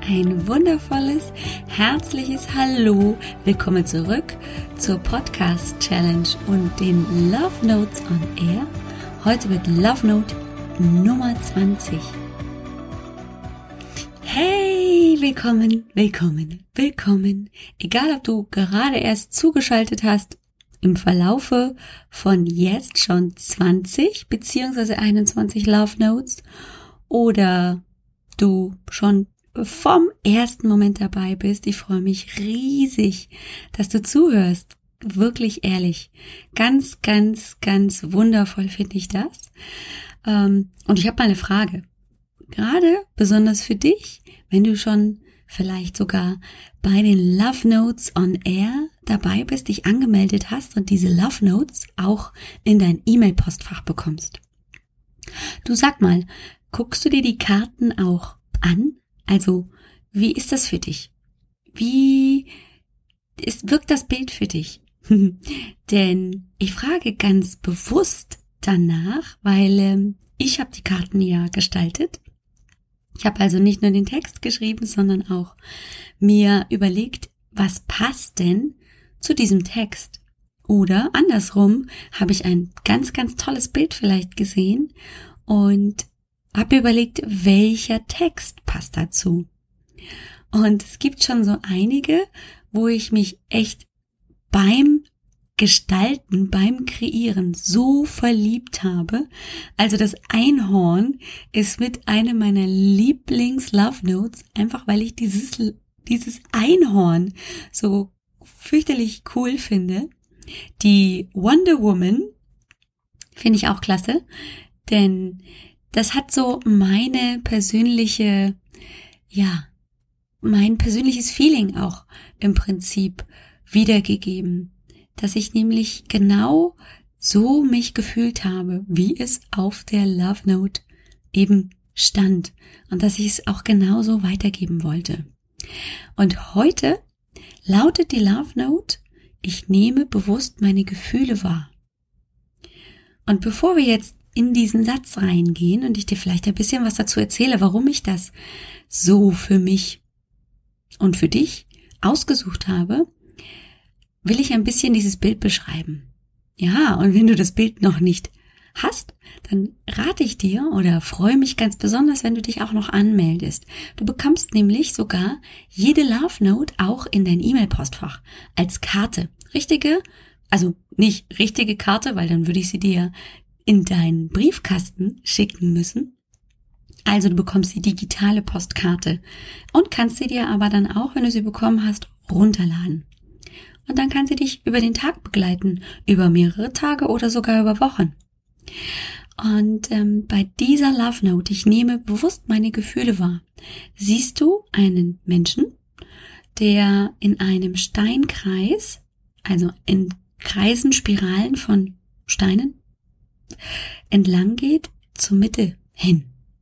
ein wundervolles, herzliches Hallo. Willkommen zurück zur Podcast-Challenge und den Love Notes on Air. Heute mit Love Note Nummer 20. Hey, willkommen. Egal, ob du gerade erst zugeschaltet hast, im Verlaufe von jetzt schon 20 bzw. 21 Love Notes oder du schon vom ersten Moment dabei bist. Ich freue mich riesig, dass du zuhörst. Wirklich ehrlich. Ganz wundervoll finde ich das. Und ich habe mal eine Frage. Gerade besonders für dich, wenn du schon vielleicht sogar bei den Love Notes on Air dabei bist, dich angemeldet hast und diese Love Notes auch in dein E-Mail-Postfach bekommst. Du sag mal, guckst du dir die Karten auch an? Also, wie ist das für dich? Wirkt das Bild für dich? Denn ich frage ganz bewusst danach, weil ich habe die Karten ja gestaltet. Ich habe also nicht nur den Text geschrieben, sondern auch mir überlegt, was passt denn zu diesem Text? Oder andersrum habe ich ein ganz tolles Bild vielleicht gesehen und habe überlegt, welcher Text passt dazu. Und es gibt schon so einige, wo ich mich echt beim Gestalten, beim Kreieren so verliebt habe. Also das Einhorn ist mit einer meiner Lieblings-Love-Notes, einfach weil ich dieses Einhorn so fürchterlich cool finde. Die Wonder Woman finde ich auch klasse, denn das hat so mein persönliches Feeling auch im Prinzip wiedergegeben, dass ich nämlich genau so mich gefühlt habe, wie es auf der Love Note eben stand und dass ich es auch genauso weitergeben wollte. Und heute lautet die Love Note: Ich nehme bewusst meine Gefühle wahr. Und bevor wir jetzt in diesen Satz reingehen und ich dir vielleicht ein bisschen was dazu erzähle, warum ich das so für mich und für dich ausgesucht habe, will ich ein bisschen dieses Bild beschreiben. Ja, und wenn du das Bild noch nicht hast, dann rate ich dir oder freue mich ganz besonders, wenn du dich auch noch anmeldest. Du bekommst nämlich sogar jede Love Note auch in dein E-Mail-Postfach als Karte. Nicht richtige Karte, weil dann würde ich sie dir in deinen Briefkasten schicken müssen. Also du bekommst die digitale Postkarte und kannst sie dir aber dann auch, wenn du sie bekommen hast, runterladen. Und dann kann sie dich über den Tag begleiten, über mehrere Tage oder sogar über Wochen. Und bei dieser Love Note, ich nehme bewusst meine Gefühle wahr, siehst du einen Menschen, der in einem Steinkreis, also in Kreisen, Spiralen von Steinen, entlang geht zur Mitte hin.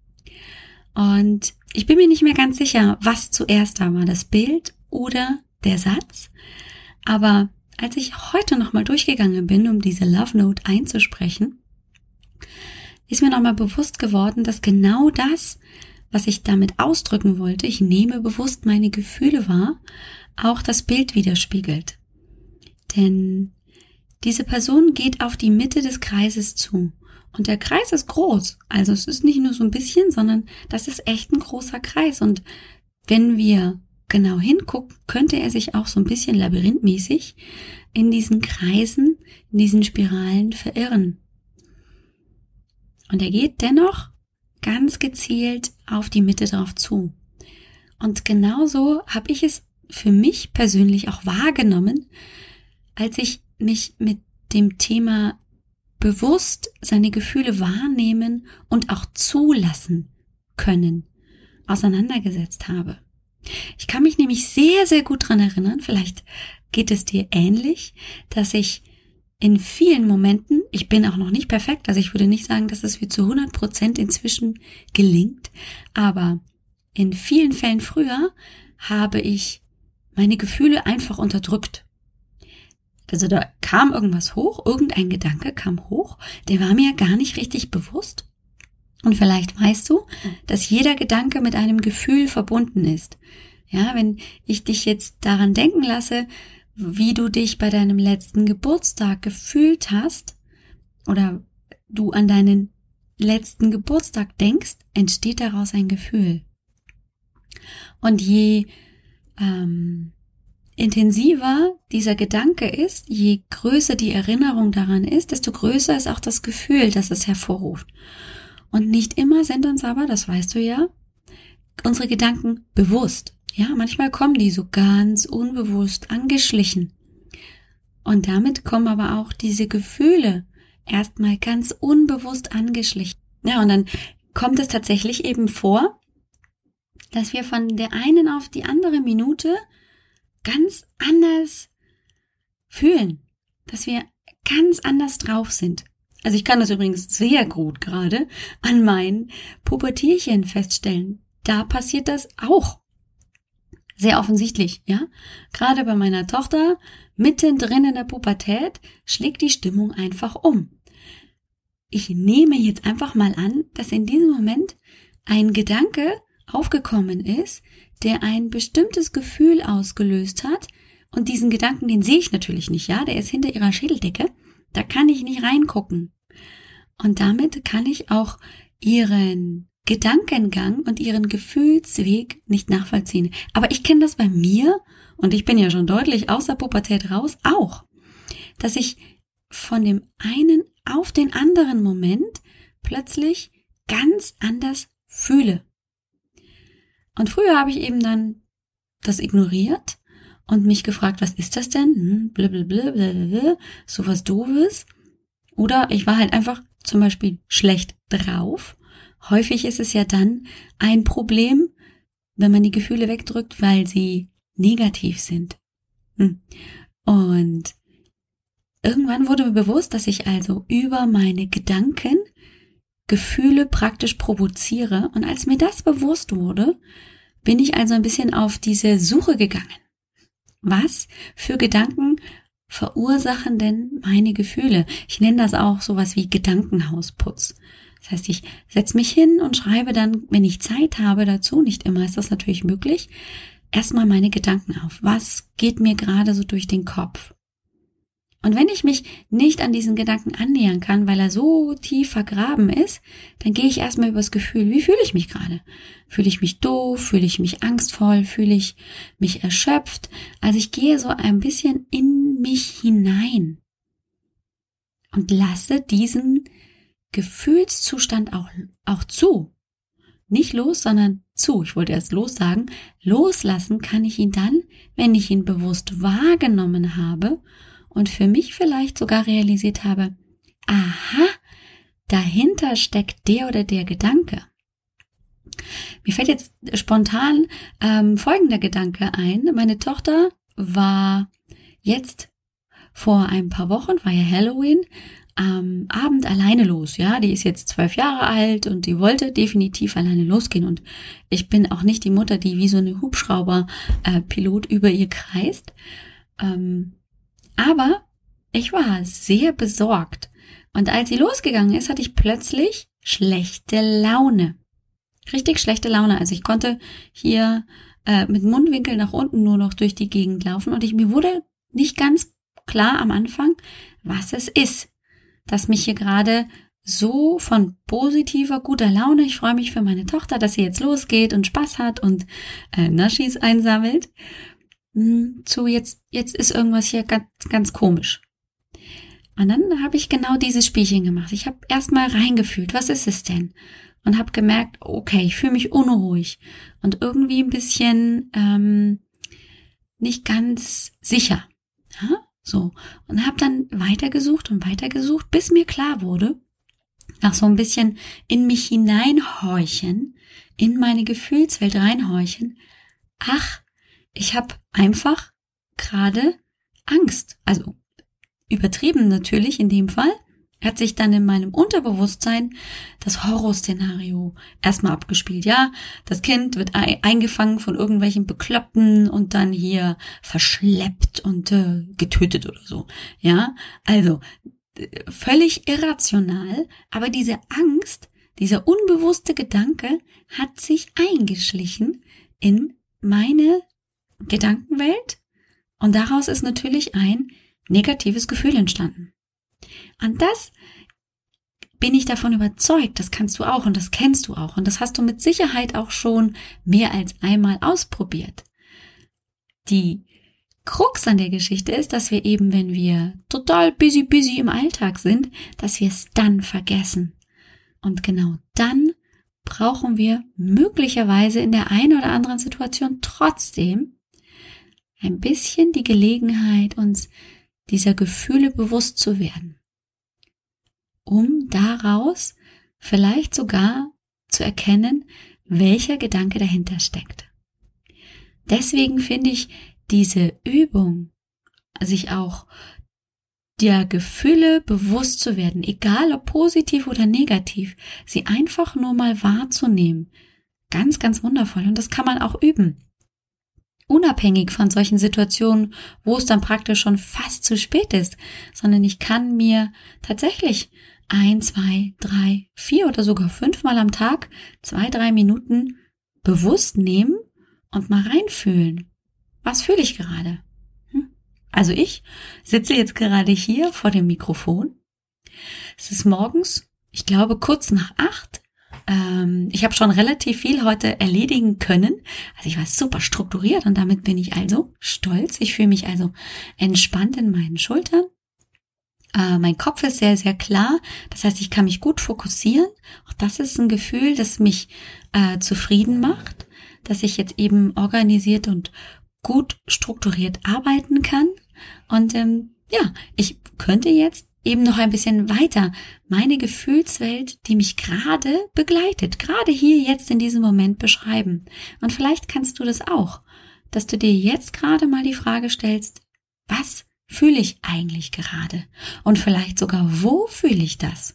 Und ich bin mir nicht mehr ganz sicher, was zuerst da war, das Bild oder der Satz. Aber als ich heute nochmal durchgegangen bin, um diese Love Note einzusprechen, ist mir nochmal bewusst geworden, dass genau das, was ich damit ausdrücken wollte, ich nehme bewusst meine Gefühle wahr, auch das Bild widerspiegelt. Denn diese Person geht auf die Mitte des Kreises zu. Und der Kreis ist groß. Also es ist nicht nur so ein bisschen, sondern das ist echt ein großer Kreis. Und wenn wir genau hingucken, könnte er sich auch so ein bisschen labyrinthmäßig in diesen Kreisen, in diesen Spiralen verirren. Und er geht dennoch ganz gezielt auf die Mitte drauf zu. Und genauso habe ich es für mich persönlich auch wahrgenommen, als ich mich mit dem Thema bewusst seine Gefühle wahrnehmen und auch zulassen können auseinandergesetzt habe. Ich kann mich nämlich sehr gut dran erinnern, vielleicht geht es dir ähnlich, dass ich in vielen Momenten, ich bin auch noch nicht perfekt, also ich würde nicht sagen, dass es mir zu 100% inzwischen gelingt, aber in vielen Fällen früher habe ich meine Gefühle einfach unterdrückt. Also da kam irgendwas hoch, irgendein Gedanke kam hoch, der war mir gar nicht richtig bewusst. Und vielleicht weißt du, dass jeder Gedanke mit einem Gefühl verbunden ist. Ja, wenn ich dich jetzt daran denken lasse, wie du dich bei deinem letzten Geburtstag gefühlt hast oder du an deinen letzten Geburtstag denkst, entsteht daraus ein Gefühl. Und je intensiver dieser Gedanke ist, je größer die Erinnerung daran ist, desto größer ist auch das Gefühl, das es hervorruft. Und nicht immer sind uns aber, das weißt du ja, unsere Gedanken bewusst. Ja, manchmal kommen die so ganz unbewusst angeschlichen. Und damit kommen aber auch diese Gefühle erstmal ganz unbewusst angeschlichen. Ja, und dann kommt es tatsächlich eben vor, dass wir von der einen auf die andere Minute ganz anders fühlen, dass wir ganz anders drauf sind. Also ich kann das übrigens sehr gut gerade an meinen Pubertierchen feststellen. Da passiert das auch. Sehr offensichtlich, ja. Gerade bei meiner Tochter, mittendrin in der Pubertät, schlägt die Stimmung einfach um. Ich nehme jetzt einfach mal an, dass in diesem Moment ein Gedanke aufgekommen ist, der ein bestimmtes Gefühl ausgelöst hat. Und diesen Gedanken, den sehe ich natürlich nicht, ja. Der ist hinter ihrer Schädeldecke. Da kann ich nicht reingucken. Und damit kann ich auch ihren Gedankengang und ihren Gefühlsweg nicht nachvollziehen. Aber ich kenne das bei mir, und ich bin ja schon deutlich aus der Pubertät raus, auch, dass ich von dem einen auf den anderen Moment plötzlich ganz anders fühle. Und früher habe ich eben dann das ignoriert und mich gefragt, was ist das denn? Blablabla, sowas Doofes. Oder ich war halt einfach zum Beispiel schlecht drauf. Häufig ist es ja dann ein Problem, wenn man die Gefühle wegdrückt, weil sie negativ sind. Und irgendwann wurde mir bewusst, dass ich also über meine Gedanken Gefühle praktisch provoziere. Und als mir das bewusst wurde, bin ich also ein bisschen auf diese Suche gegangen. Was für Gedanken verursachen denn meine Gefühle? Ich nenne das auch sowas wie Gedankenhausputz. Das heißt, ich setze mich hin und schreibe dann, wenn ich Zeit habe dazu, nicht immer ist das natürlich möglich, erstmal meine Gedanken auf. Was geht mir gerade so durch den Kopf? Und wenn ich mich nicht an diesen Gedanken annähern kann, weil er so tief vergraben ist, dann gehe ich erstmal übers Gefühl, wie fühle ich mich gerade? Fühle ich mich doof? Fühle ich mich angstvoll? Fühle ich mich erschöpft? Also ich gehe so ein bisschen in mich hinein und lasse diesen Gefühlszustand auch zu. Nicht los, sondern zu. Ich wollte erst los sagen. Loslassen kann ich ihn dann, wenn ich ihn bewusst wahrgenommen habe und für mich vielleicht sogar realisiert habe, aha, dahinter steckt der oder der Gedanke. Mir fällt jetzt spontan folgender Gedanke ein. Meine Tochter war jetzt vor ein paar Wochen, war ja Halloween, am Abend alleine los. Ja, die ist jetzt 12 Jahre alt und die wollte definitiv alleine losgehen. Und ich bin auch nicht die Mutter, die wie so eine Hubschrauber-Pilot über ihr kreist. Aber ich war sehr besorgt. Und als sie losgegangen ist, hatte ich plötzlich schlechte Laune. Richtig schlechte Laune. Also ich konnte hier mit Mundwinkel nach unten nur noch durch die Gegend laufen. Und mir wurde nicht ganz klar am Anfang, was es ist, dass mich hier gerade so von positiver, guter Laune, ich freue mich für meine Tochter, dass sie jetzt losgeht und Spaß hat und Naschis einsammelt, zu jetzt ist irgendwas hier ganz, ganz komisch. Und dann habe ich genau dieses Spielchen gemacht. Ich habe erstmal reingefühlt, was ist es denn? Und habe gemerkt, okay, ich fühle mich unruhig und irgendwie ein bisschen nicht ganz sicher. Ja? So, und habe dann weitergesucht, bis mir klar wurde, nach so ein bisschen in mich hineinhorchen, in meine Gefühlswelt reinhorchen, ach, ich habe einfach gerade Angst. Also übertrieben natürlich in dem Fall, hat sich dann in meinem Unterbewusstsein das Horrorszenario erstmal abgespielt. Ja, das Kind wird eingefangen von irgendwelchen Bekloppten und dann hier verschleppt und getötet oder so. Ja, also völlig irrational, aber diese Angst, dieser unbewusste Gedanke hat sich eingeschlichen in meine Gedankenwelt und daraus ist natürlich ein negatives Gefühl entstanden. Und das bin ich davon überzeugt, das kannst du auch und das kennst du auch und das hast du mit Sicherheit auch schon mehr als einmal ausprobiert. Die Krux an der Geschichte ist, dass wir eben, wenn wir total busy im Alltag sind, dass wir es dann vergessen. Und genau dann brauchen wir möglicherweise in der einen oder anderen Situation trotzdem ein bisschen die Gelegenheit, uns dieser Gefühle bewusst zu werden, um daraus vielleicht sogar zu erkennen, welcher Gedanke dahinter steckt. Deswegen finde ich diese Übung, sich auch der Gefühle bewusst zu werden, egal ob positiv oder negativ, sie einfach nur mal wahrzunehmen, ganz, ganz wundervoll. Und das kann man auch üben. Unabhängig von solchen Situationen, wo es dann praktisch schon fast zu spät ist, sondern ich kann mir tatsächlich 1, 2, 3, 4 oder sogar 5 Mal am Tag 2-3 Minuten bewusst nehmen und mal reinfühlen. Was fühle ich gerade? Also ich sitze jetzt gerade hier vor dem Mikrofon. Es ist morgens, ich glaube kurz nach 8. Ich habe schon relativ viel heute erledigen können. Also ich war super strukturiert und damit bin ich also stolz. Ich fühle mich also entspannt in meinen Schultern. Mein Kopf ist sehr, sehr klar. Das heißt, ich kann mich gut fokussieren. Auch das ist ein Gefühl, das mich zufrieden macht, dass ich jetzt eben organisiert und gut strukturiert arbeiten kann. Und ich könnte jetzt eben noch ein bisschen weiter meine Gefühlswelt, die mich gerade begleitet, gerade hier jetzt in diesem Moment beschreiben. Und vielleicht kannst du das auch, dass du dir jetzt gerade mal die Frage stellst, was fühle ich eigentlich gerade? Und vielleicht sogar, wo fühle ich das?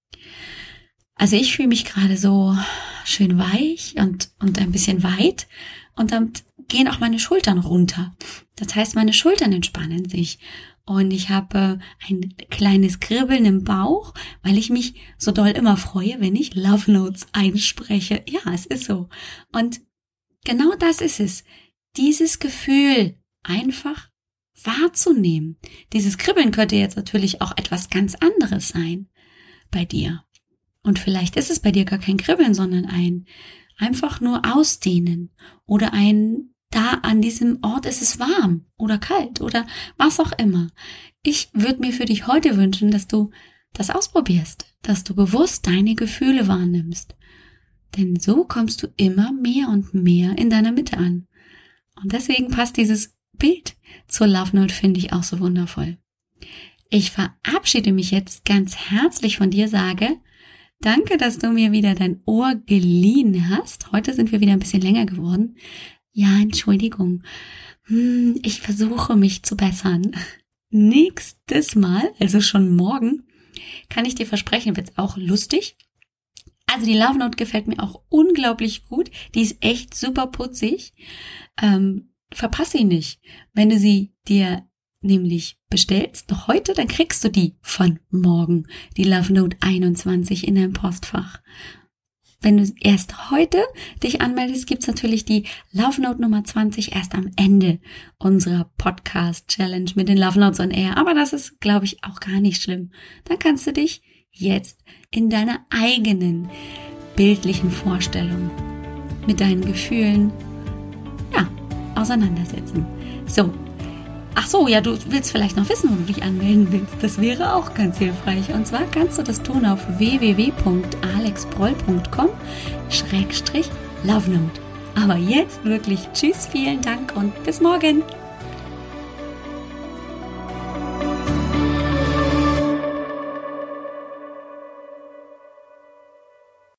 Also ich fühle mich gerade so schön weich und ein bisschen weit und dann gehen auch meine Schultern runter. Das heißt, meine Schultern entspannen sich und ich habe ein kleines Kribbeln im Bauch, weil ich mich so doll immer freue, wenn ich Love Notes einspreche. Ja, es ist so. Und genau das ist es. Dieses Gefühl einfach wahrzunehmen. Dieses Kribbeln könnte jetzt natürlich auch etwas ganz anderes sein bei dir. Und vielleicht ist es bei dir gar kein Kribbeln, sondern einfach nur ausdehnen oder da an diesem Ort ist es warm oder kalt oder was auch immer. Ich würde mir für dich heute wünschen, dass du das ausprobierst, dass du bewusst deine Gefühle wahrnimmst. Denn so kommst du immer mehr und mehr in deiner Mitte an. Und deswegen passt dieses Bild zur Love Note, finde ich auch so wundervoll. Ich verabschiede mich jetzt ganz herzlich von dir, sage, danke, dass du mir wieder dein Ohr geliehen hast. Heute sind wir wieder ein bisschen länger geworden. Ja, Entschuldigung. Ich versuche mich zu bessern. Nächstes Mal, also schon morgen, kann ich dir versprechen, wird's auch lustig. Also die Love Note gefällt mir auch unglaublich gut. Die ist echt super putzig. Verpasse sie nicht. Wenn du sie dir nämlich bestellst, noch heute, dann kriegst du die von morgen, die Love Note 21 in deinem Postfach. Wenn du erst heute dich anmeldest, gibt's natürlich die Love Note Nummer 20 erst am Ende unserer Podcast-Challenge mit den Love Notes on Air. Aber das ist, glaube ich, auch gar nicht schlimm. Dann kannst du dich jetzt in deiner eigenen bildlichen Vorstellung mit deinen Gefühlen, auseinandersetzen. So. Ach so, ja, du willst vielleicht noch wissen, wo du dich anmelden willst. Das wäre auch ganz hilfreich. Und zwar kannst du das tun auf www.alexbroll.com/lovenote. Aber jetzt wirklich tschüss, vielen Dank und bis morgen.